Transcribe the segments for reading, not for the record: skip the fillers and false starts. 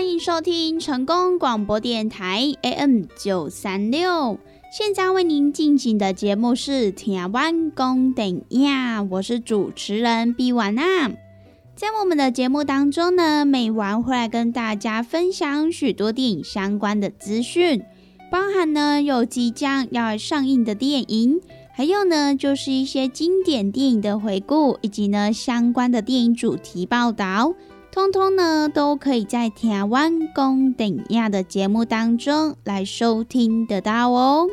迎收听成功广播电台 AM936，现在为您进行的节目是听完讲电影，我是主持人碧婉娜。在我们的节目当中呢，每晚会来跟大家分享许多电影相关的资讯，包含呢有即将要上映的电影，还有呢就是一些经典电影的回顾，以及呢相关的电影主题报道，通通呢都可以在听完讲电影的节目当中来收听得到哦。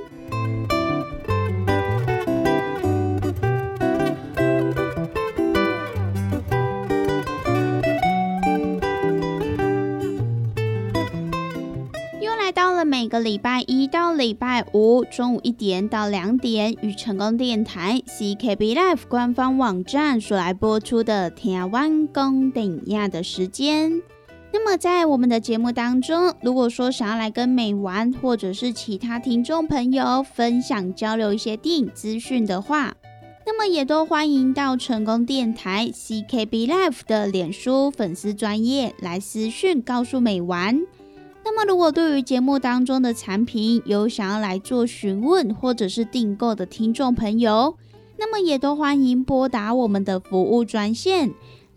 到了每个礼拜一到礼拜五中午1点到2点，与成功电台 CKB Life 官方网站所来播出的听完讲电影的时间。那么在我们的节目当中，如果说想要来跟美玩或者是其他听众朋友分享交流一些电影资讯的话，那么也都欢迎到成功电台 CKB Life 的脸书粉丝专页来私讯告诉美玩。那么如果对于节目当中的产品有想要来做询问或者是订购的听众朋友，那么也都欢迎拨打我们的服务专线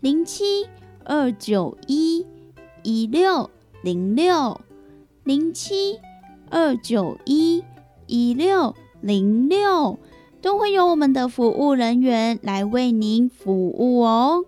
07-291-1606 07-291-1606，都会有我们的服务人员来为您服务哦。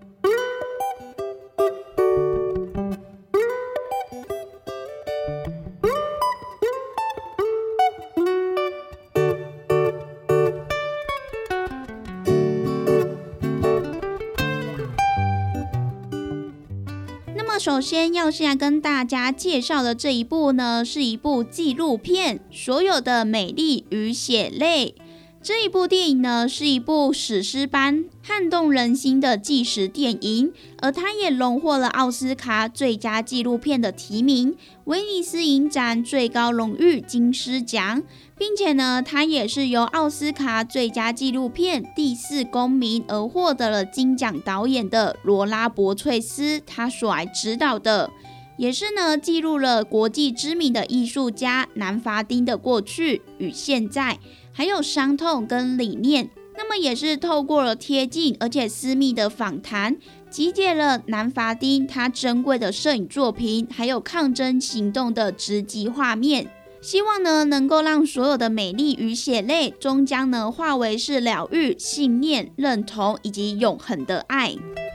首先要先来跟大家介绍的这一部呢，是一部纪录片《所有的美丽与血泪》。这一部电影呢，是一部史诗般撼动人心的纪实电影，而它也荣获了奥斯卡最佳纪录片的提名，威尼斯影展最高荣誉金狮奖，并且呢，它也是由奥斯卡最佳纪录片第4公民而获得了金奖导演的罗拉伯翠斯他所来指导的，也是呢记录了国际知名的艺术家南法丁的过去与现在，还有伤痛跟理念。那么也是透过了贴近而且私密的访谈，集结了南法丁他珍贵的摄影作品，还有抗争行动的直击画面，希望呢能够让所有的美丽与血泪终将呢化为是疗愈、信念、认同以及永恒的爱。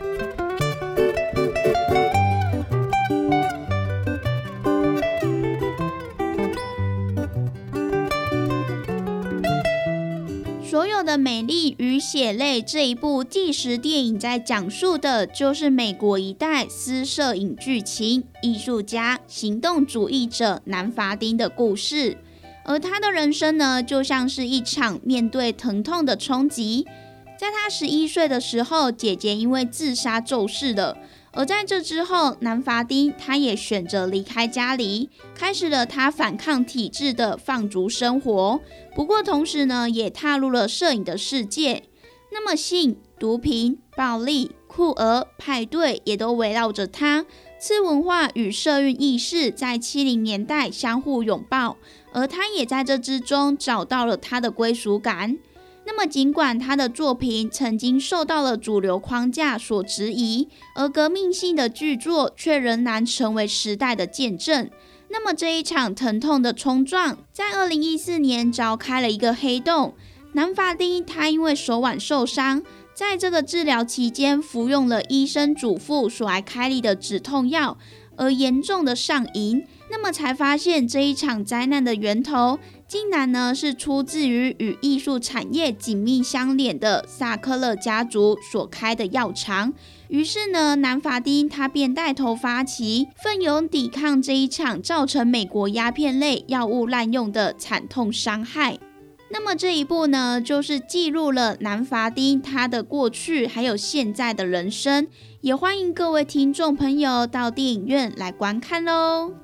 所有的美丽与血泪这一部纪实电影在讲述的就是美国一代私摄影巨擎、艺术家、行动主义者南法丁的故事，而他的人生呢，就像是一场面对疼痛的冲击。在他11岁的时候，姐姐因为自杀骤逝了，而在这之后，南法丁他也选择离开家里，开始了他反抗体制的放逐生活。不过同时呢，也踏入了摄影的世界。那么性、毒品、暴力、酷儿、派对也都围绕着他。次文化与社运意识在70年代相互拥抱，而他也在这之中找到了他的归属感。那么尽管他的作品曾经受到了主流框架所质疑，而革命性的巨作却仍然成为时代的见证。那么这一场疼痛的冲撞在2014年召开了一个黑洞，南法丁他因为手腕受伤，在这个治疗期间服用了医生嘱咐所来开立的止痛药，而严重的上瘾。那么才发现这一场灾难的源头竟然呢是出自于与艺术产业紧密相连的萨克勒家族所开的药厂。于是呢，南法丁他便带头发起，奋勇抵抗这一场造成美国鸦片类药物滥用的惨痛伤害。那么这一部呢，就是记录了南法丁他的过去还有现在的人生，也欢迎各位听众朋友到电影院来观看咯。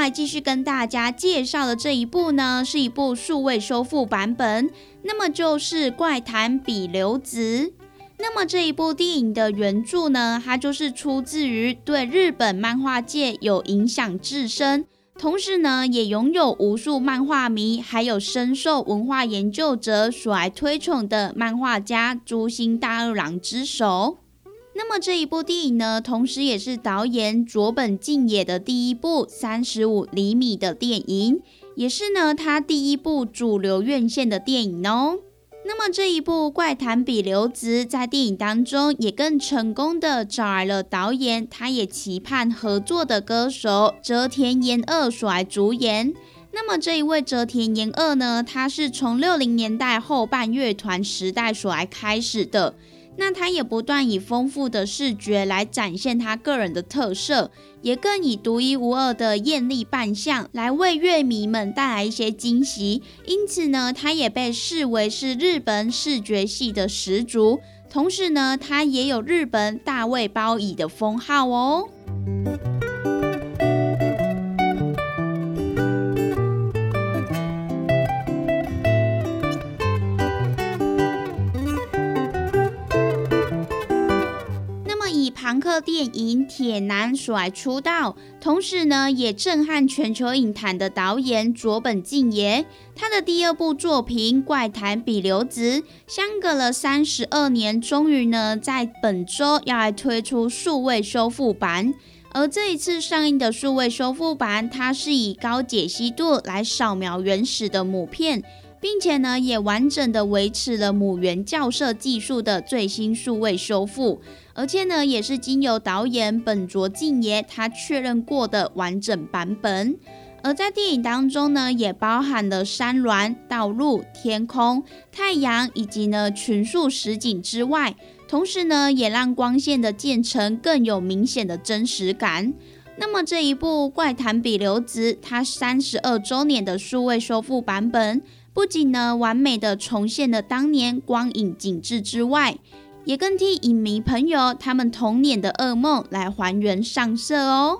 来继续跟大家介绍的这一部呢，是一部数位修复版本，那么就是《怪谈比留子》。那么这一部电影的原著呢，它就是出自于对日本漫画界有影响至深，同时呢也拥有无数漫画迷还有深受文化研究者所爱推崇的漫画家竹心大二郎之手。那么这一部电影呢，同时也是导演佐本敬也的第一部35厘米的电影，也是呢他第一部主流院线的电影哦。那么这一部《怪谈比留子》在电影当中也更成功的找来了导演他也期盼合作的歌手折田研二所来主演。那么这一位折田研二呢，他是从60年代后半乐团时代所来开始的，那他也不断以丰富的视觉来展现他个人的特色，也更以独一无二的艳丽扮相来为乐迷们带来一些惊喜。因此呢，他也被视为是日本视觉系的始祖，同时呢，他也有日本大卫鲍伊的封号哦。朋克电影铁男所来出道，同时呢也震撼全球影坛的导演佐本敬也，他的第二部作品《怪谈比留子》相隔了32年，终于呢在本周要来推出数位修复版。而这一次上映的数位修复版，它是以高解析度来扫描原始的母片，并且呢也完整的维持了母原校色技术的最新数位修复，而且呢也是经由导演本佐敬也他确认过的完整版本。而在电影当中呢，也包含了山峦、道路、天空、太阳以及呢群树实景之外，同时呢也让光线的渐层更有明显的真实感。那么这一部《怪谈比留子》它32周年的数位修复版本，不仅呢完美的重现了当年光影景致之外，也更替影迷朋友他们童年的噩梦来还原上色哦。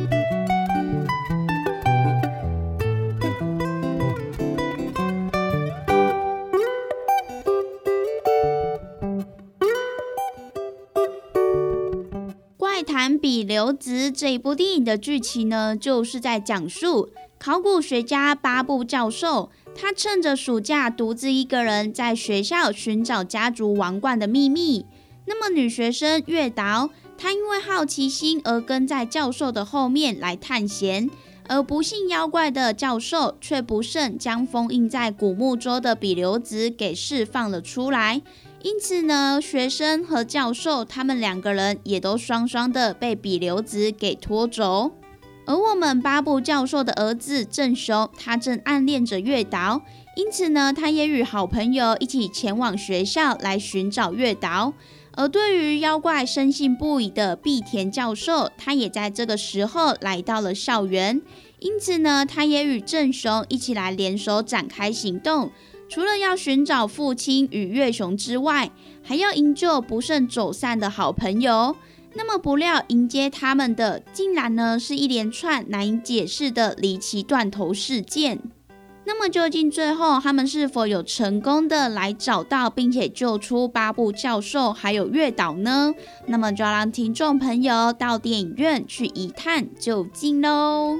怪谈比留子这一部电影的剧情呢，就是在讲述考古学家巴布教授，他趁着暑假独自一个人在学校寻找家族王冠的秘密。那么女学生月岛，她因为好奇心而跟在教授的后面来探险，而不信妖怪的教授却不慎将封印在古木舟的比留子给释放了出来。因此呢，学生和教授他们两个人也都双双的被比留子给拖走。而我们巴布教授的儿子正雄，他正暗恋着月岛，因此呢，他也与好朋友一起前往学校来寻找月岛。而对于妖怪深信不疑的碧田教授，他也在这个时候来到了校园，因此呢，他也与正雄一起来联手展开行动。除了要寻找父亲与月雄之外，还要营救不慎走散的好朋友。那么不料迎接他们的，竟然呢是一连串难以解释的离奇断头事件。那么究竟最后他们是否有成功的来找到并且救出巴布教授还有月岛呢？那么就要让听众朋友到电影院去一探究竟咯。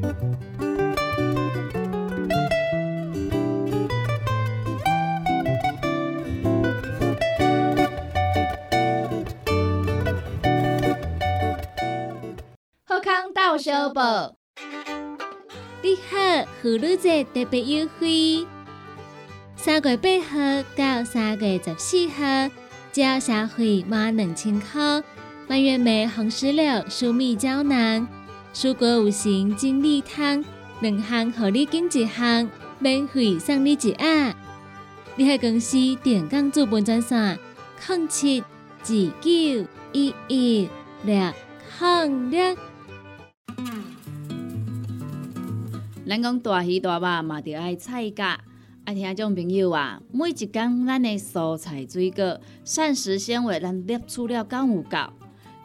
好康到小报， 你好，妇女节特别优惠，3月8號到3月14號，只要消費滿2000塊，蔓越莓紅石榴舒米膠囊、蔬果五行精力湯2項互你揀1項，免費送你1盒。你喺公司電講資本專線0729116606。 咱讲大鱼大肉嘛，着爱菜价。听众朋友啊，每一工咱的蔬菜水果膳食纤维咱摄取了够有够？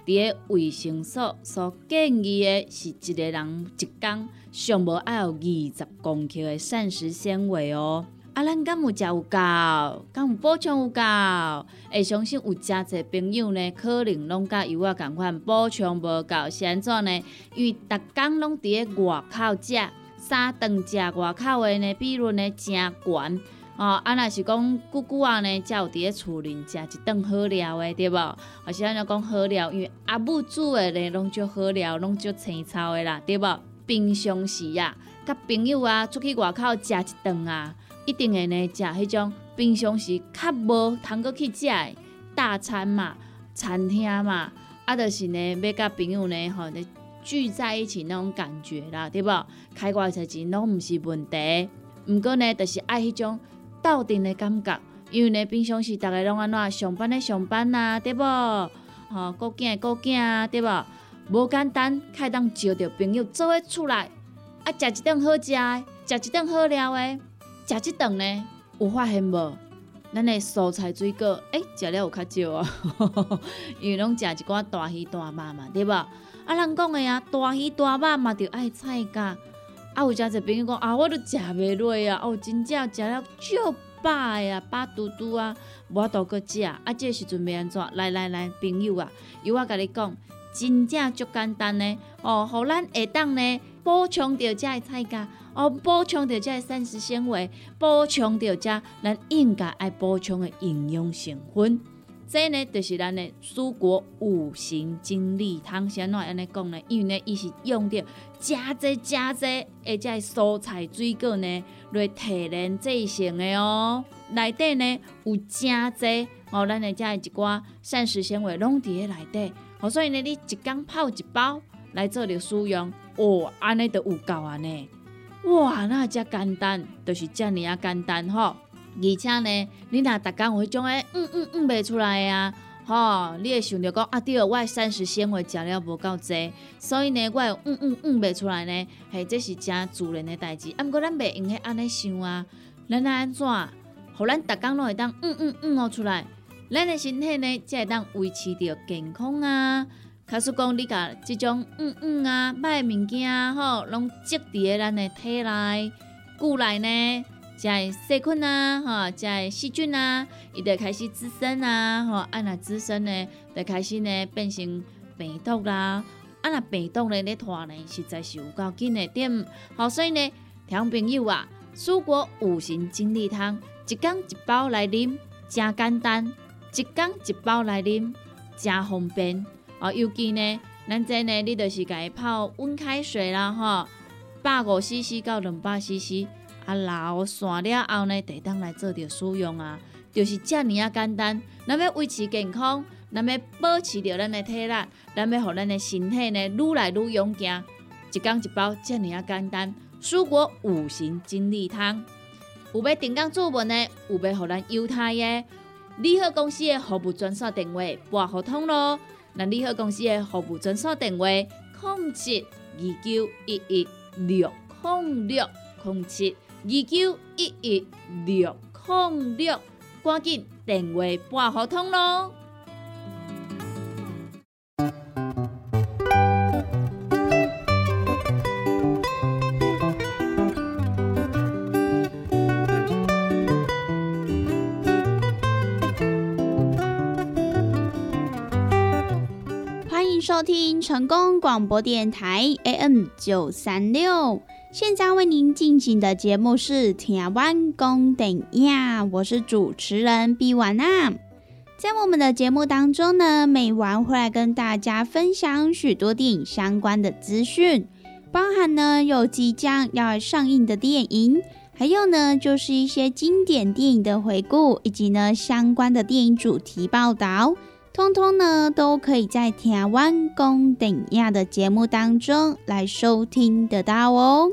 伫个卫生所所建议的是一个人一天上无爱有20公克的膳食纤维哦。咱敢有食有够？敢有补充有够？会相信有真侪朋友呢，可能拢甲有我共款补充无够，是安怎呢？因为逐工拢伫个外口食，3顿食外口的呢比率呢真悬。若是讲久久啊呢，才有伫咧厝里食一顿好料的，对无？或是安怎讲好料？因为阿母煮的呢，拢足好料，拢足青草的啦，对无？平常时啊，甲朋友啊出去外口食一顿啊。一定会呢，食迄种平常时较无通过去食的大餐嘛、餐厅嘛，就是呢，要甲朋友呢，聚在一起那种感觉啦，对无？开偌侪钱拢毋是问题，毋过呢，就是爱迄种斗阵的感觉，因为呢，平常时逐个拢安怎上班的上班啊，对无？顾囝的顾囝啊，对无？无简单，开当招着朋友做伙出来，食一顿好食的，食一顿好料的。食即顿呢，有发现无？咱的蔬菜水果，食了有较少哦，因为拢食一寡大鱼大肉嘛，对无？人讲的啊，大鱼大肉嘛，就爱菜价。有真侪朋友讲我都食袂落啊，真正食了足饱的啊，饱嘟嘟啊，无法度搁食。这时阵要安怎？来，朋友啊，由我甲你讲，真正足简单呢，互咱下当呢补充到这菜价。补充到这膳食纤维，补充到这咱应该爱补充的营养成分。这呢，就是咱的蔬果5行精力汤。是安怎安尼讲呢？因为呢，伊是用到真侪的这蔬菜水果呢来提炼制成的哦。内底呢有真侪咱的这一寡膳食纤维拢伫咧内底。所以呢，你一天泡一包来做着使用，安尼就有够啊呢。哇，那遮简单，就是遮尔啊简单吼！而且呢，你若逐工有迄种袂出来啊，你会想着讲对，我的膳食纤维食了无够济，所以呢，我有袂出来呢，这是真自然的代志。毋过咱袂用迄安尼想啊，咱安怎，互咱逐工拢会当出来，咱的身体呢，才会当维持着健康啊。假使讲你甲即种歹物件拢积伫咧咱的体内、骨内呢，才会细菌啊，才会细菌啊，伊就开始滋生啊，若滋生呢，就开始呢变成病毒啦。若病毒呢咧拖呢，实在是有够紧的点。所以呢，听朋友啊，蔬果5行精力汤，一天一包来啉，真简单；一天一包来啉，真方便。尤其呢，咱这呢，你就是家泡温开水啦，150cc 到200cc，捞散了后呢，就当来做着使用啊，就是遮尔啊简单。咱要维持健康，咱要保持着咱的体力，咱要互咱的身体呢愈来愈勇健，一天一包遮尔啊简单。蔬果5行精力汤，有要订购注文的，有要互咱犹太的，利好公司的服务专线电话拨互通咯。咱利好公司的服务专线电话：072911600729116006，赶紧电话拨互通咯。 收听成功广播电台 AM936，现在为您进行的节目是听完讲电影，我是主持人毕婉娜。在我们的节目当中呢，每晚会来跟大家分享许多电影相关的资讯，包含呢有即将要上映的电影，还有呢就是一些经典电影的回顾，以及呢相关的电影主题报道。通通呢都可以在听完讲电影的节目当中来收听得到哦。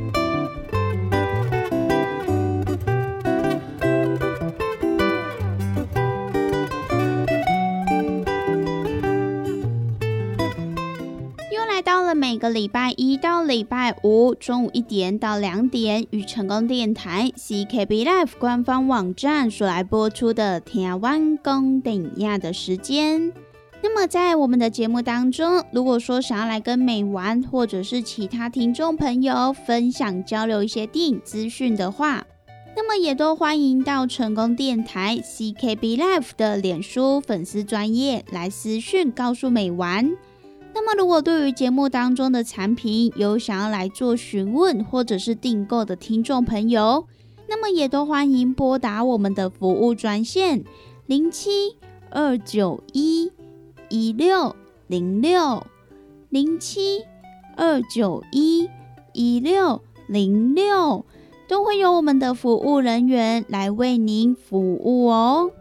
又来到了每个礼拜一到礼拜五中午1点到2点，与成功电台 CKB Life 官方网站所来播出的听完讲电影的时间。 那么在我们的节目当中，如果说想要来跟美玩或者是其他听众朋友分享交流一些电影资讯的话，那么也都欢迎到成功电台 CKB Life 的脸书粉丝专页来私讯告诉美玩。那么如果对于节目当中的产品有想要来做询问或者是订购的听众朋友，那么也都欢迎拨打我们的服务专线07-291-1606 07-291-1606，都会有我们的服务人员来为您服务哦。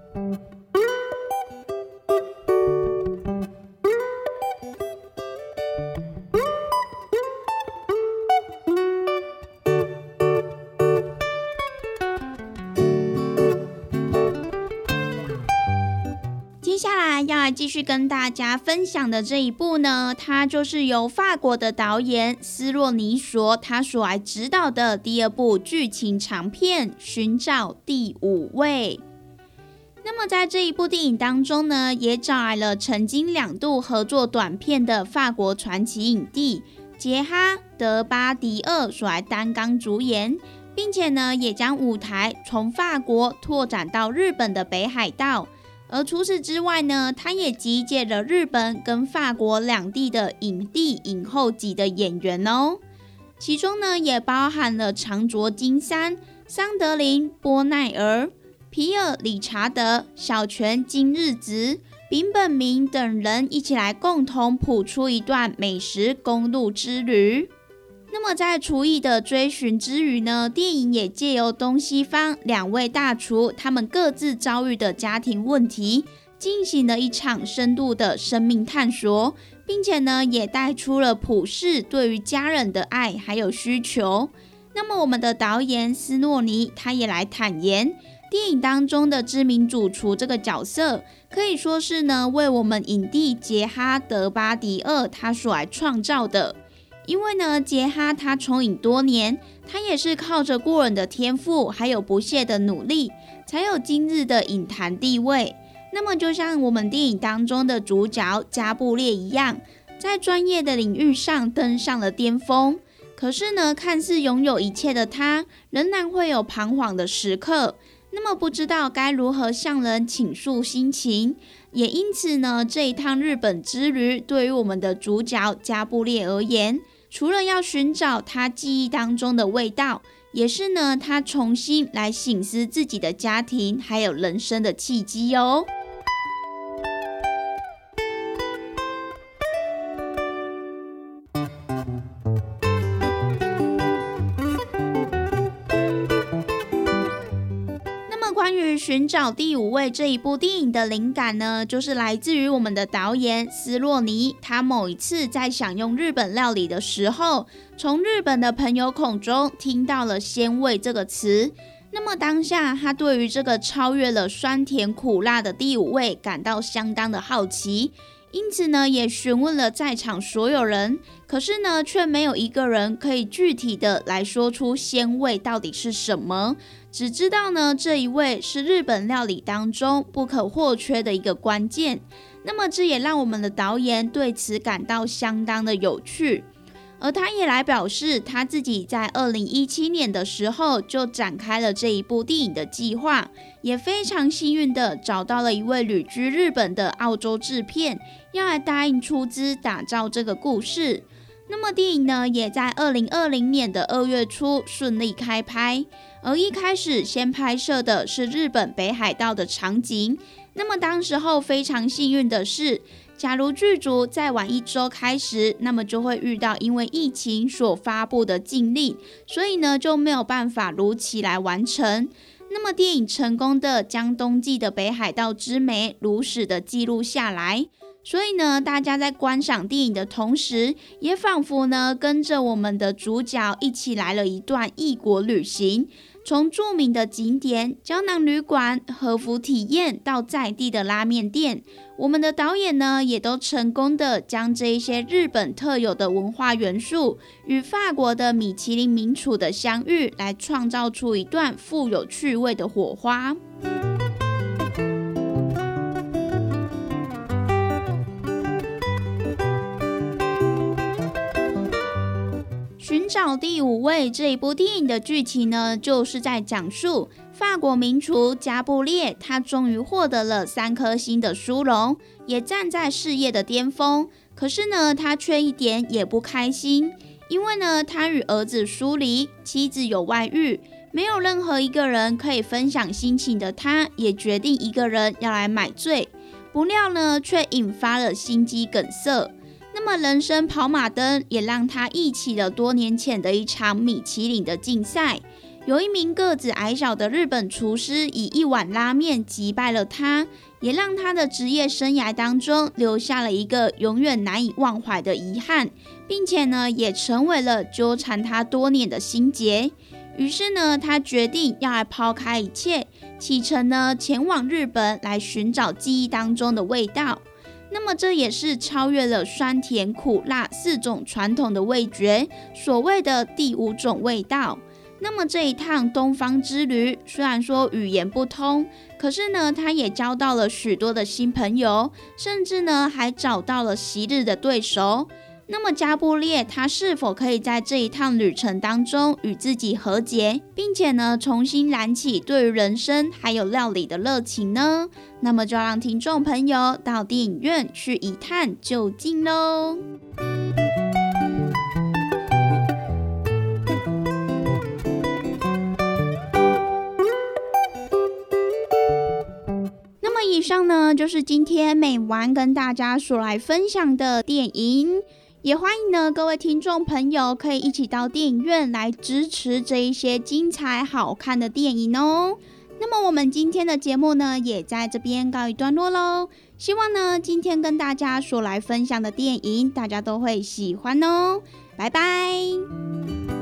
接下来要来继续跟大家分享的这一部呢，它就是由法国的导演斯洛尼索他所来指导的第二部剧情长片《寻找第五位》。那么在这一部电影当中呢，也找来了曾经2度合作短片的法国传奇影帝杰哈·德巴迪厄所来担纲主演，并且呢也将舞台从法国拓展到日本的北海道。而除此之外呢，他也集结了日本跟法国2地的影帝影后级的演员哦，其中呢也包含了长卓金三、桑德林·波奈尔、皮尔·理查德、小泉今日子、丙本明等人一起来共同谱出一段美食公路之旅。那么在厨艺的追寻之余呢，电影也借由东西方2位大厨他们各自遭遇的家庭问题，进行了一场深度的生命探索，并且呢也带出了普世对于家人的爱还有需求。那么我们的导演斯诺尼他也来坦言，电影当中的知名主厨这个角色可以说是呢为我们影帝杰哈·德巴迪厄他所来创造的。因为呢，杰哈他从影多年，他也是靠着过人的天赋，还有不懈的努力，才有今日的影坛地位。那么，就像我们电影当中的主角加布列一样，在专业的领域上登上了巅峰。可是呢，看似拥有一切的他，仍然会有彷徨的时刻。那么，不知道该如何向人倾诉心情。也因此呢，这一趟日本之旅，对于我们的主角加布列而言，除了要寻找他记忆当中的味道，也是呢他重新来省思自己的家庭还有人生的契机哦。关于寻找第五位这一部电影的灵感呢，就是来自于我们的导演斯洛尼，他某一次在享用日本料理的时候，从日本的朋友口中听到了鲜味这个词。那么当下他对于这个超越了酸甜苦辣的第五味感到相当的好奇，因此呢也询问了在场所有人，可是呢却没有一个人可以具体的来说出鲜味到底是什么，只知道呢这一味是日本料理当中不可或缺的一个关键。那么这也让我们的导演对此感到相当的有趣，而他也来表示他自己在2017年的时候就展开了这一部电影的计划，也非常幸运的找到了一位旅居日本的澳洲制片，要来答应出资打造这个故事。那么电影呢也在2020年的2月初顺利开拍，而一开始先拍摄的是日本北海道的场景。那么当时候非常幸运的是，假如剧组再晚1周开始，那么就会遇到因为疫情所发布的禁令，所以呢就没有办法如期来完成。那么电影成功的将冬季的北海道之美如实的记录下来，所以呢大家在观赏电影的同时，也仿佛呢跟着我们的主角一起来了一段异国旅行，从著名的景点、胶囊旅馆、和服体验到在地的拉面店，我们的导演呢也都成功的将这一些日本特有的文化元素与法国的米其林名厨的相遇，来创造出一段富有趣味的火花。 寻找第五位这一部电影的剧情呢，就是在讲述法国名厨加布列，他终于获得了3颗星的殊荣，也站在事业的巅峰。可是呢，他却一点也不开心，因为呢，他与儿子疏离，妻子有外遇，没有任何一个人可以分享心情的他，也决定一个人要来买醉。不料呢，却引发了心肌梗塞。那么人生跑马灯也让他忆起了多年前的一场米其林的竞赛，有一名个子矮小的日本厨师以1碗拉面击败了他，也让他的职业生涯当中留下了一个永远难以忘怀的遗憾，并且呢，也成为了纠缠他多年的心结。于是呢，他决定要来抛开一切，启程呢前往日本来寻找记忆当中的味道。那么这也是超越了酸甜苦辣4种传统的味觉，所谓的第5种味道。那么这一趟东方之旅，虽然说语言不通，可是呢，他也交到了许多的新朋友，甚至呢还找到了昔日的对手。那么加布列他是否可以在这一趟旅程当中与自己和解，并且呢重新燃起对于人生还有料理的热情呢？那么就让听众朋友到电影院去一探究竟咯。那么以上呢就是今天美丸跟大家所来分享的电影，也欢迎呢各位听众朋友可以一起到电影院来支持这一些精彩好看的电影哦。那么我们今天的节目呢也在这边告一段落咯，希望呢今天跟大家所来分享的电影大家都会喜欢哦，拜拜。